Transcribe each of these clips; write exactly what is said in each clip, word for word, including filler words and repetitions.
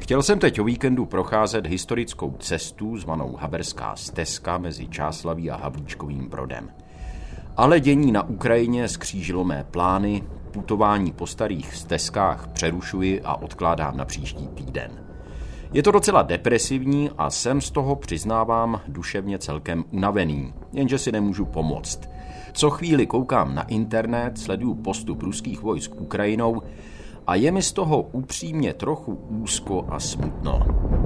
Chtěl jsem teď o víkendu procházet historickou cestu zvanou Haberská stezka mezi Čáslaví a Havlíčkovým Brodem. Ale dění na Ukrajině skřížilo mé plány, putování po starých stezkách přerušuji a odkládám na příští týden. Je to docela depresivní a jsem z toho, přiznávám, duševně celkem unavený, jenže si nemůžu pomoct. Co chvíli koukám na internet, sleduju postup ruských vojsk Ukrajinou a je mi z toho upřímně trochu úzko a smutno.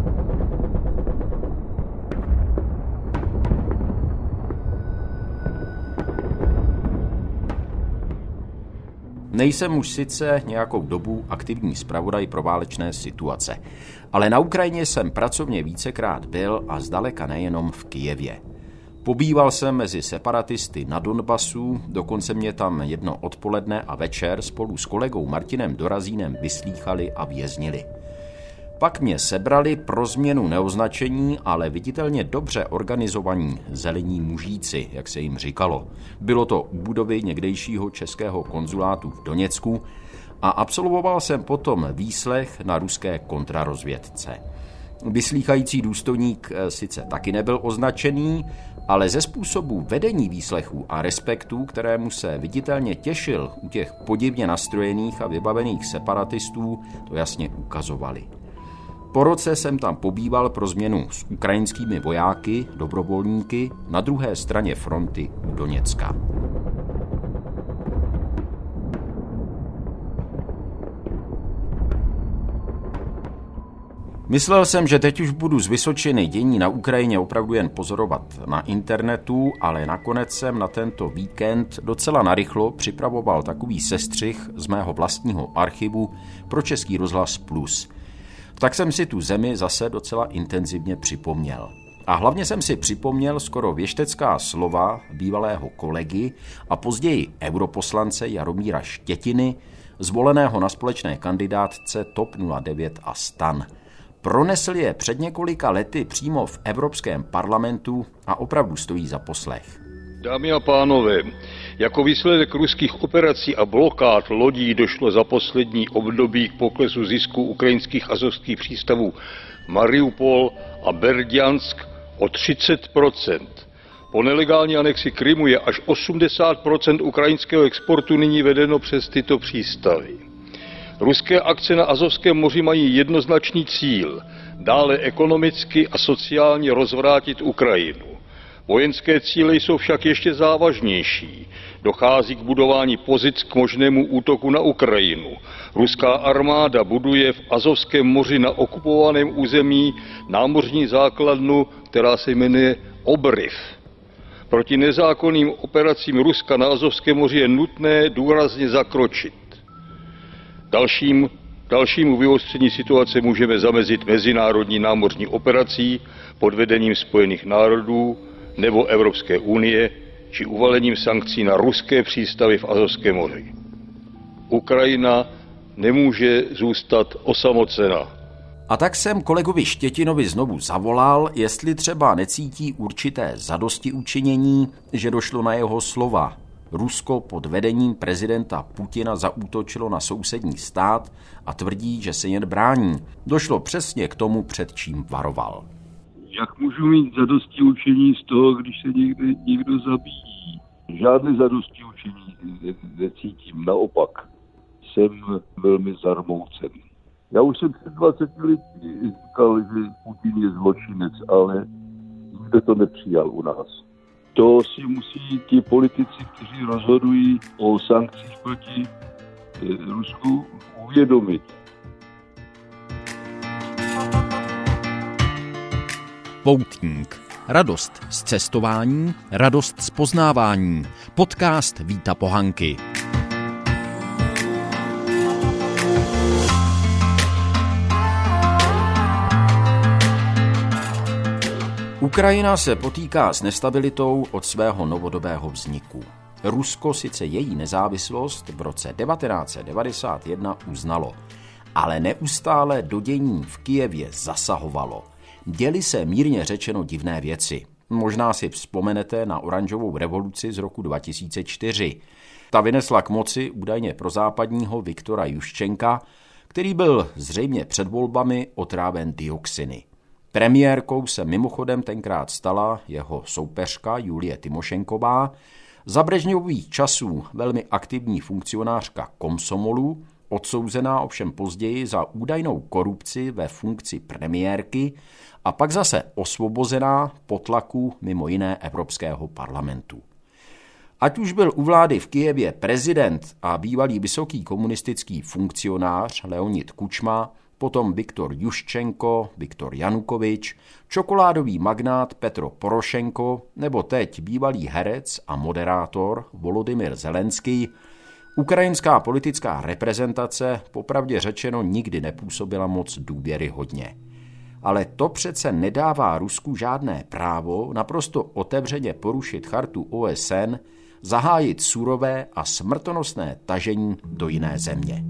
Nejsem už sice nějakou dobu aktivní zpravodaj pro válečné situace, ale na Ukrajině jsem pracovně vícekrát byl a zdaleka nejenom v Kyjevě. Pobýval jsem mezi separatisty na Donbasu, dokonce mě tam jedno odpoledne a večer spolu s kolegou Martinem Dorazínem vyslýchali a věznili. Pak mě sebrali pro změnu neoznačení, ale viditelně dobře organizovaní zelení mužíci, jak se jim říkalo. Bylo to u budovy někdejšího českého konzulátu v Doněcku a absolvoval jsem potom výslech na ruské kontrarozvědce. Vyslýchající důstojník sice taky nebyl označený, ale ze způsobu vedení výslechů a respektu, kterému se viditelně těšil u těch podivně nastrojených a vybavených separatistů, to jasně ukazovali. Po roce jsem tam pobýval pro změnu s ukrajinskými vojáky, dobrovolníky, na druhé straně fronty u Doněcka. Myslel jsem, že teď už budu z Vysočiny dění na Ukrajině opravdu jen pozorovat na internetu, ale nakonec jsem na tento víkend docela narychlo připravoval takový sestřih z mého vlastního archivu pro Český rozhlas Plus. Tak jsem si tu zemi zase docela intenzivně připomněl. A hlavně jsem si připomněl skoro věštecká slova bývalého kolegy a později europoslance Jaromíra Štětiny, zvoleného na společné kandidátce TOP nula devět a STAN. Pronesl je před několika lety přímo v Evropském parlamentu a opravdu stojí za poslech. Dámy a pánové, jako výsledek ruských operací a blokád lodí došlo za poslední období k poklesu zisku ukrajinských azovských přístavů Mariupol a Berdiansk o třicet procent. Po nelegální anexi Krymu je až osmdesát procent ukrajinského exportu nyní vedeno přes tyto přístavy. Ruské akce na Azovském moři mají jednoznačný cíl, dále ekonomicky a sociálně rozvrátit Ukrajinu. Vojenské cíle jsou však ještě závažnější. Dochází k budování pozic k možnému útoku na Ukrajinu. Ruská armáda buduje v Azovském moři na okupovaném území námořní základnu, která se jmenuje Obryv. Proti nezákonným operacím Ruska na Azovském moři je nutné důrazně zakročit. Dalším, dalšímu vyostření situace můžeme zamezit mezinárodní námořní operací pod vedením Spojených národů nebo Evropské unie či uvalením sankcí na ruské přístavy v Azovském moři. Ukrajina nemůže zůstat osamocena. A tak jsem kolegovi Štětinovi znovu zavolal, jestli třeba necítí určité zadostiučinění, že došlo na jeho slova. Rusko pod vedením prezidenta Putina zaútočilo na sousední stát a tvrdí, že se jen brání. Došlo přesně k tomu, před čím varoval. Jak můžu mít zadostiučinění z toho, když se někde někdo zabíjí? Žádné zadostiučinění necítím, naopak jsem velmi zarmoucen. Já už jsem před dvaceti lety říkal, že Putin je zločinec, ale nikdo to nepřijal u nás. To si musí ti politici, kteří rozhodují o sankcích proti Rusku, uvědomit. Poutník. Radost z cestování, radost z poznávání. Podcast Víta Pohanky. Ukrajina se potýká s nestabilitou od svého novodobého vzniku. Rusko sice její nezávislost v roce devatenáct set devadesát jedna uznalo, ale neustále do dění v Kyjevě zasahovalo. Děly se mírně řečeno divné věci. Možná si vzpomenete na oranžovou revoluci z roku dva tisíce čtyři. Ta vynesla k moci údajně prozápadního Viktora Juščenka, který byl zřejmě před volbami otráven dioxiny. Premiérkou se mimochodem tenkrát stala jeho soupeřka Julie Tymošenková, za Brežněvových časů velmi aktivní funkcionářka Komsomolu, odsouzená ovšem později za údajnou korupci ve funkci premiérky a pak zase osvobozená po tlaku mimo jiné Evropského parlamentu. Ať už byl u vlády v Kyjevě prezident a bývalý vysoký komunistický funkcionář Leonid Kučma, potom Viktor Juščenko, Viktor Janukovič, čokoládový magnát Petro Porošenko nebo teď bývalý herec a moderátor Volodymyr Zelenský, ukrajinská politická reprezentace popravdě řečeno nikdy nepůsobila moc důvěryhodně. Ale to přece nedává Rusku žádné právo naprosto otevřeně porušit chartu O S N, zahájit surové a smrtonosné tažení do jiné země.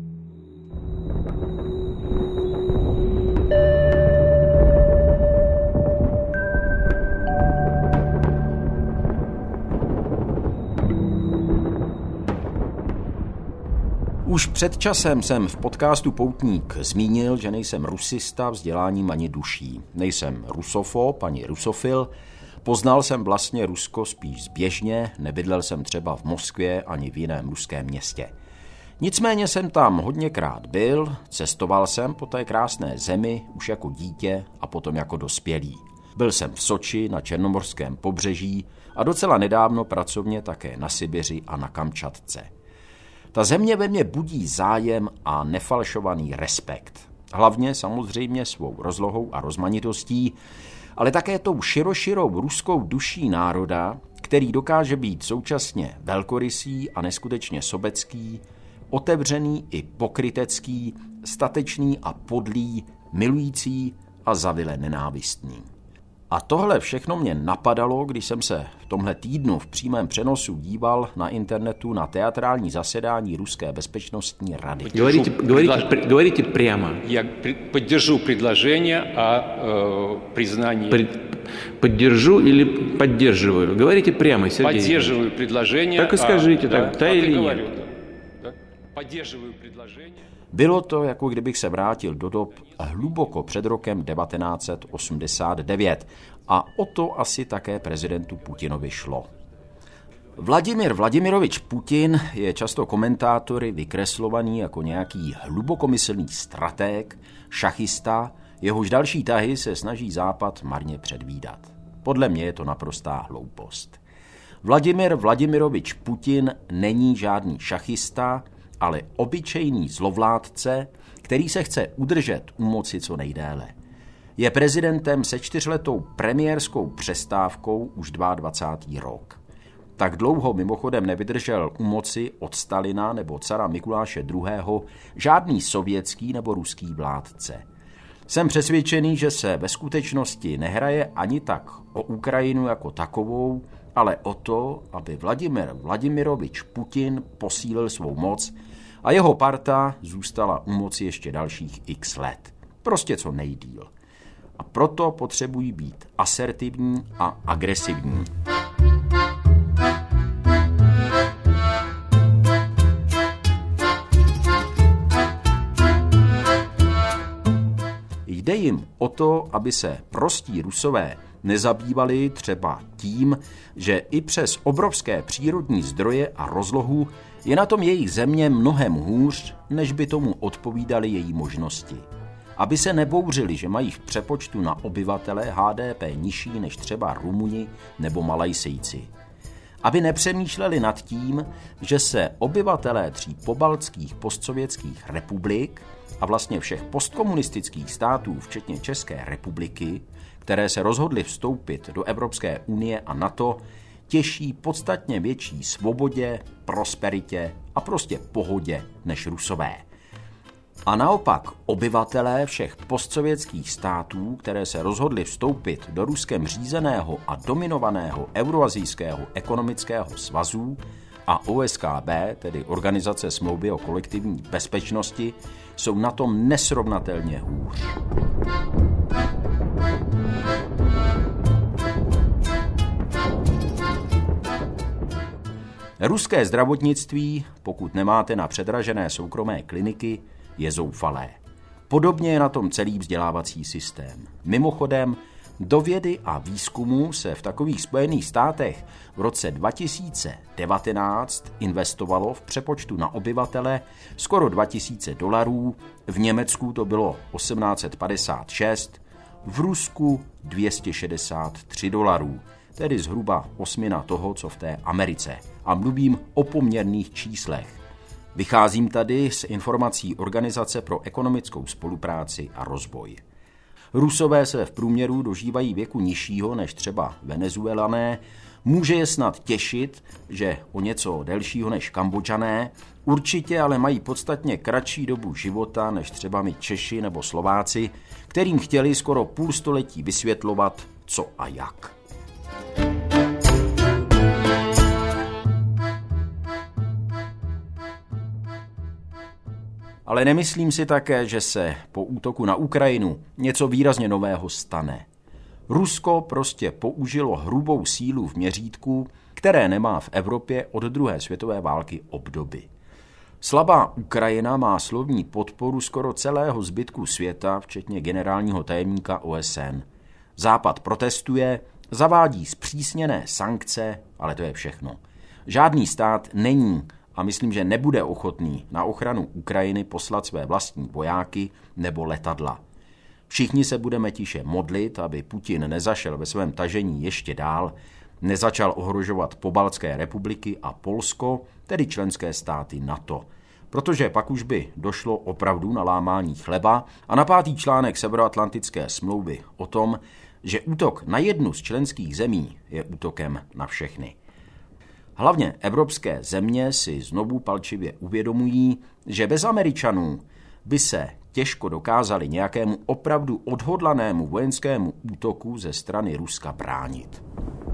Už před časem jsem v podcastu Poutník zmínil, že nejsem rusista vzděláním ani duší. Nejsem rusofob ani rusofil, poznal jsem vlastně Rusko spíš zběžně, nebydlel jsem třeba v Moskvě ani v jiném ruském městě. Nicméně jsem tam hodněkrát byl, cestoval jsem po té krásné zemi už jako dítě a potom jako dospělý. Byl jsem v Soči na černomorském pobřeží a docela nedávno pracovně také na Sibiři a na Kamčatce. Ta země ve mně budí zájem a nefalšovaný respekt. Hlavně samozřejmě svou rozlohou a rozmanitostí, ale také tou široširou ruskou duší národa, který dokáže být současně velkorysý a neskutečně sobecký, otevřený i pokrytecký, statečný a podlý, milující a zavile nenávistný. A tohle všechno mě napadalo, když jsem se v tomhle týdnu v přímém přenosu díval na internetu na teatrální zasedání Ruské bezpečnostní rady. Говорите, говорите, говорите прямо. Я поддержу предложение о э, признании. Поддержу или поддерживаю? Говорите прямо, Сергей. Поддерживаю предложение. Так и скажите, о, так, да, да или говорю, нет. Да, да. Поддерживаю предложение. Bylo to, jako kdybych se vrátil do dob hluboko před rokem devatenáct set osmdesát devět a o to asi také prezidentu Putinovi šlo. Vladimir Vladimirovič Putin je často komentátory vykreslovaný jako nějaký hlubokomyslný stratég, šachista, jehož další tahy se snaží Západ marně předvídat. Podle mě je to naprostá hloupost. Vladimir Vladimirovič Putin není žádný šachista, ale obyčejný zlovládce, který se chce udržet u moci co nejdéle. Je prezidentem se čtyřletou premiérskou přestávkou už dvacátý druhý rok. Tak dlouho mimochodem nevydržel u moci od Stalina nebo cara Mikuláše druhého. žádný sovětský nebo ruský vládce. Jsem přesvědčený, že se ve skutečnosti nehraje ani tak o Ukrajinu jako takovou, ale o to, aby Vladimir Vladimirovič Putin posílil svou moc a jeho parta zůstala u moci ještě dalších x let. Prostě co nejdýl. A proto potřebují být asertivní a agresivní. Jde jim o to, aby se prostí Rusové nezabývali třeba tím, že i přes obrovské přírodní zdroje a rozlohu je na tom jejich země mnohem hůř, než by tomu odpovídaly její možnosti. Aby se nebouřili, že mají v přepočtu na obyvatele H D P nižší než třeba Rumuni nebo Malajsejci. Aby nepřemýšleli nad tím, že se obyvatelé tří pobaltských postsovětských republik a vlastně všech postkomunistických států, včetně České republiky, které se rozhodly vstoupit do Evropské unie a NATO, těší podstatně větší svobodě, prosperitě a prostě pohodě než Rusové. A naopak obyvatelé všech postsovětských států, které se rozhodly vstoupit do Ruskem řízeného a dominovaného Euroazijského ekonomického svazu a O S K B, tedy Organizace smlouvy o kolektivní bezpečnosti, jsou na tom nesrovnatelně hůř. Ruské zdravotnictví, pokud nemáte na předražené soukromé kliniky, je zoufalé. Podobně je na tom celý vzdělávací systém. Mimochodem, do vědy a výzkumu se v takových Spojených státech v roce dva tisíce devatenáct investovalo v přepočtu na obyvatele skoro dva tisíce dolarů, v Německu to bylo osmnáct set padesát šest, v Rusku dvě stě šedesát tři dolarů, tedy zhruba osmina toho, co v té Americe. A mluvím o poměrných číslech. Vycházím tady z informací Organizace pro ekonomickou spolupráci a rozvoj. Rusové se v průměru dožívají věku nižšího než třeba Venezuelané, může je snad těšit, že o něco delšího než Kambodžané, určitě ale mají podstatně kratší dobu života než třeba my Češi nebo Slováci, kterým chtěli skoro půl století vysvětlovat, co a jak. Ale nemyslím si také, že se po útoku na Ukrajinu něco výrazně nového stane. Rusko prostě použilo hrubou sílu v měřítku, které nemá v Evropě od druhé světové války obdoby. Slabá Ukrajina má slovní podporu skoro celého zbytku světa, včetně generálního tajemníka O S N. Západ protestuje, zavádí zpřísněné sankce, ale to je všechno. Žádný stát není a myslím, že nebude ochotný na ochranu Ukrajiny poslat své vlastní vojáky nebo letadla. Všichni se budeme tiše modlit, aby Putin nezašel ve svém tažení ještě dál, nezačal ohrožovat pobaltské republiky a Polsko, tedy členské státy NATO. Protože pak už by došlo opravdu na lámání chleba a na pátý článek Severoatlantické smlouvy o tom, že útok na jednu z členských zemí je útokem na všechny. Hlavně evropské země si znovu palčivě uvědomují, že bez Američanů by se těžko dokázali nějakému opravdu odhodlanému vojenskému útoku ze strany Ruska bránit.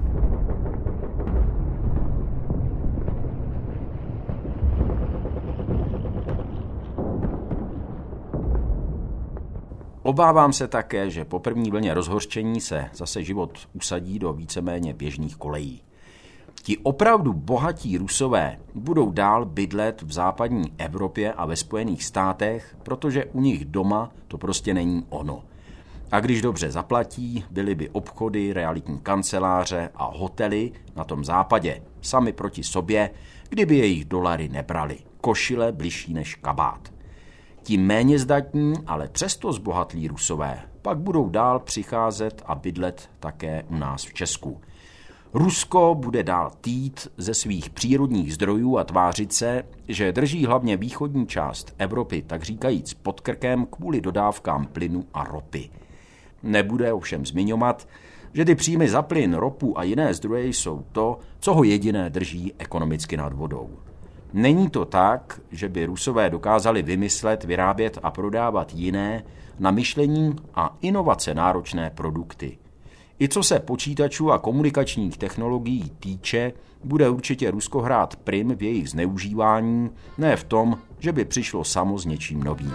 Obávám se také, že po první vlně rozhořčení se zase život usadí do víceméně běžných kolejí. Ti opravdu bohatí Rusové budou dál bydlet v západní Evropě a ve Spojených státech, protože u nich doma to prostě není ono. A když dobře zaplatí, byly by obchody, realitní kanceláře a hotely na tom západě sami proti sobě, kdyby jejich dolary nebrali. Košile bližší než kabát. Ti méně zdatní, ale přesto zbohatlí Rusové pak budou dál přicházet a bydlet také u nás v Česku. Rusko bude dál týt ze svých přírodních zdrojů a tvářit se, že drží hlavně východní část Evropy, tak říkajíc pod krkem kvůli dodávkám plynu a ropy. Nebude ovšem zmiňovat, že ty příjmy za plyn, ropu a jiné zdroje jsou to, co ho jediné drží ekonomicky nad vodou. Není to tak, že by Rusové dokázali vymyslet, vyrábět a prodávat jiné, na myšlení a inovace náročné produkty. I co se počítačů a komunikačních technologií týče, bude určitě Rusko hrát prim v jejich zneužívání, ne v tom, že by přišlo samo s něčím novým.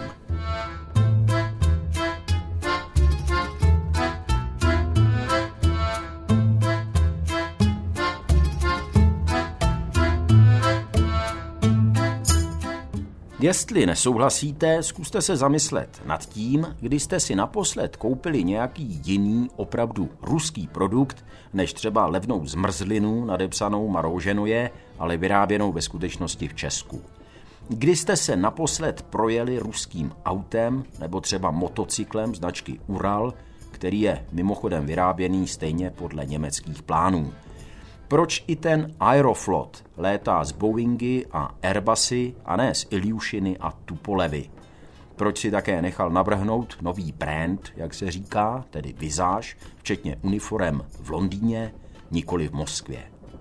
Jestli nesouhlasíte, zkuste se zamyslet nad tím, kdy jste si naposled koupili nějaký jiný, opravdu ruský produkt, než třeba levnou zmrzlinu nadepsanou Maroženoje, ale vyráběnou ve skutečnosti v Česku. Kdy jste se naposled projeli ruským autem nebo třeba motocyklem značky Ural, který je mimochodem vyráběný stejně podle německých plánů. Proč i ten Aeroflot létá z Boeingy a Airbusy a ne z Ilyushiny a Tupolevy? Proč si také nechal navrhnout nový brand, jak se říká, tedy vizáž, včetně uniforem v Londýně, nikoli v Moskvě?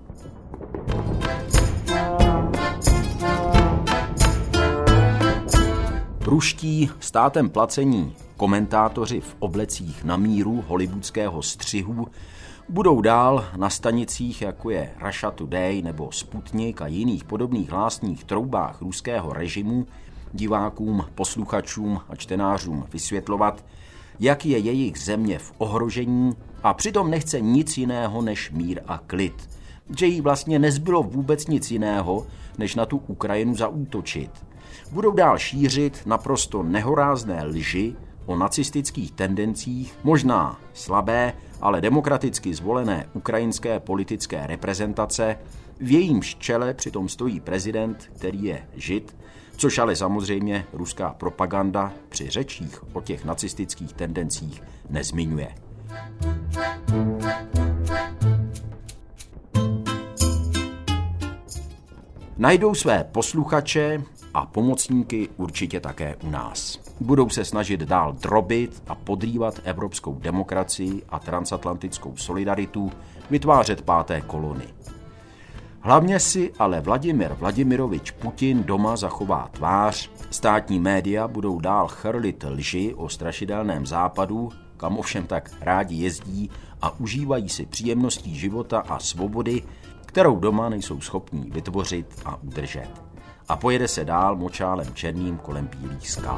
Ruští státem placení komentátoři v oblecích na míru hollywoodského střihu budou dál na stanicích, jako je Russia Today nebo Sputnik a jiných podobných hlásných troubách ruského režimu, divákům, posluchačům a čtenářům vysvětlovat, jak je jejich země v ohrožení a přitom nechce nic jiného než mír a klid. že jí vlastně nezbylo vůbec nic jiného, než na tu Ukrajinu zaútočit. Budou dál šířit naprosto nehorázné lži o nacistických tendencích, možná slabé, ale demokraticky zvolené ukrajinské politické reprezentace, v jejímž čele přitom stojí prezident, který je Žid, což ale samozřejmě ruská propaganda při řečích o těch nacistických tendencích nezmiňuje. Najdou své posluchače a pomocníky určitě také u nás. Budou se snažit dál drobit a podrývat evropskou demokracii a transatlantickou solidaritu, vytvářet páté kolony. Hlavně si ale Vladimir Vladimirovič Putin doma zachová tvář, státní média budou dál chrlit lži o strašidelném západu, kam ovšem tak rádi jezdí a užívají si příjemností života a svobody, kterou doma nejsou schopní vytvořit a udržet. A pojede se dál močálem černým kolem bílých skal.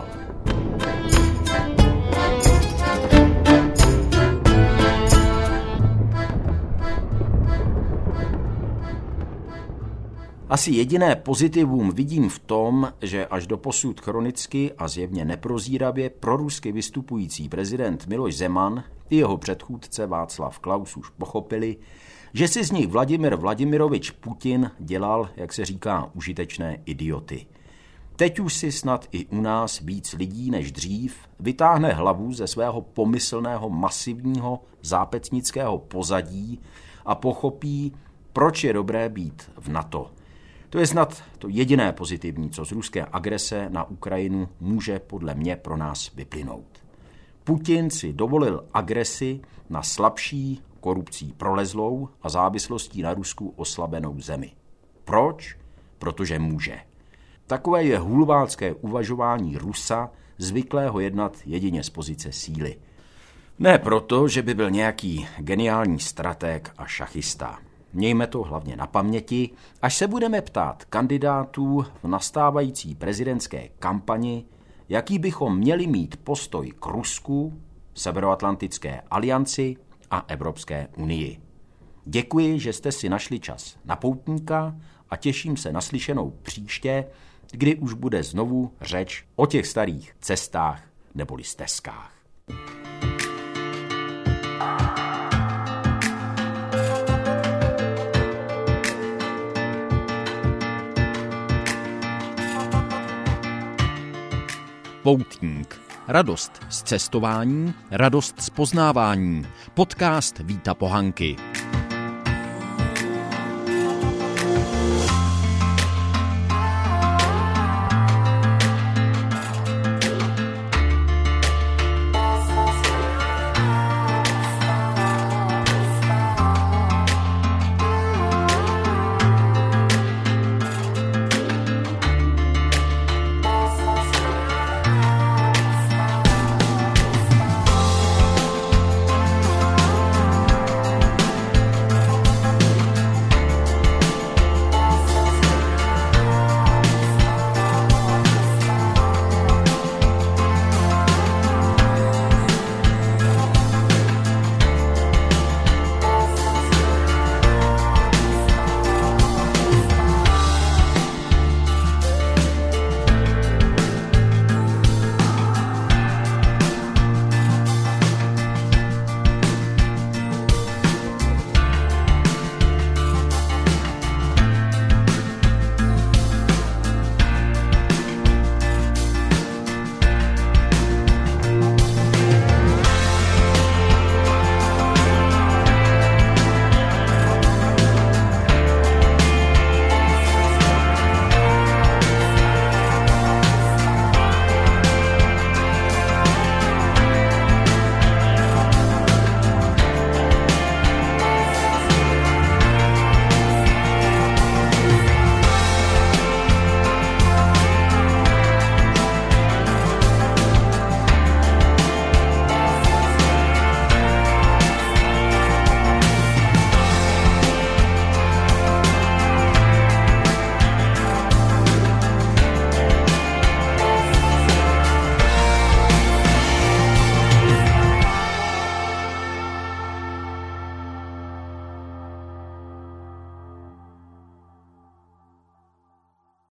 Asi jediné pozitivum vidím v tom, že až doposud chronicky a zjevně neprozíravě prorusky vystupující prezident Miloš Zeman i jeho předchůdce Václav Klaus už pochopili, že si z nich Vladimir Vladimirovič Putin dělal, jak se říká, užitečné idioty. Teď už si snad i u nás víc lidí než dřív vytáhne hlavu ze svého pomyslného masivního zápecnického pozadí a pochopí, proč je dobré být v NATO. To je snad to jediné pozitivní, co z ruské agrese na Ukrajinu může podle mě pro nás vyplynout. Putin si dovolil agresi na slabší, korupcí prolezlou a závislostí na Rusku oslabenou zemi. Proč? Protože může. Takové je hulvátské uvažování Rusa, zvyklého jednat jedině z pozice síly. Ne proto, že by byl nějaký geniální stratég a šachista. Mějme to hlavně na paměti, až se budeme ptát kandidátů v nastávající prezidentské kampani, jaký bychom měli mít postoj k Rusku, Severoatlantické alianci a Evropské unii. Děkuji, že jste si našli čas na poutníka a těším se na slyšenou příště, kdy už bude znovu řeč o těch starých cestách neboli stezkách. Poutník. Radost z cestování, radost z poznávání. Podcast Víta Pohanky.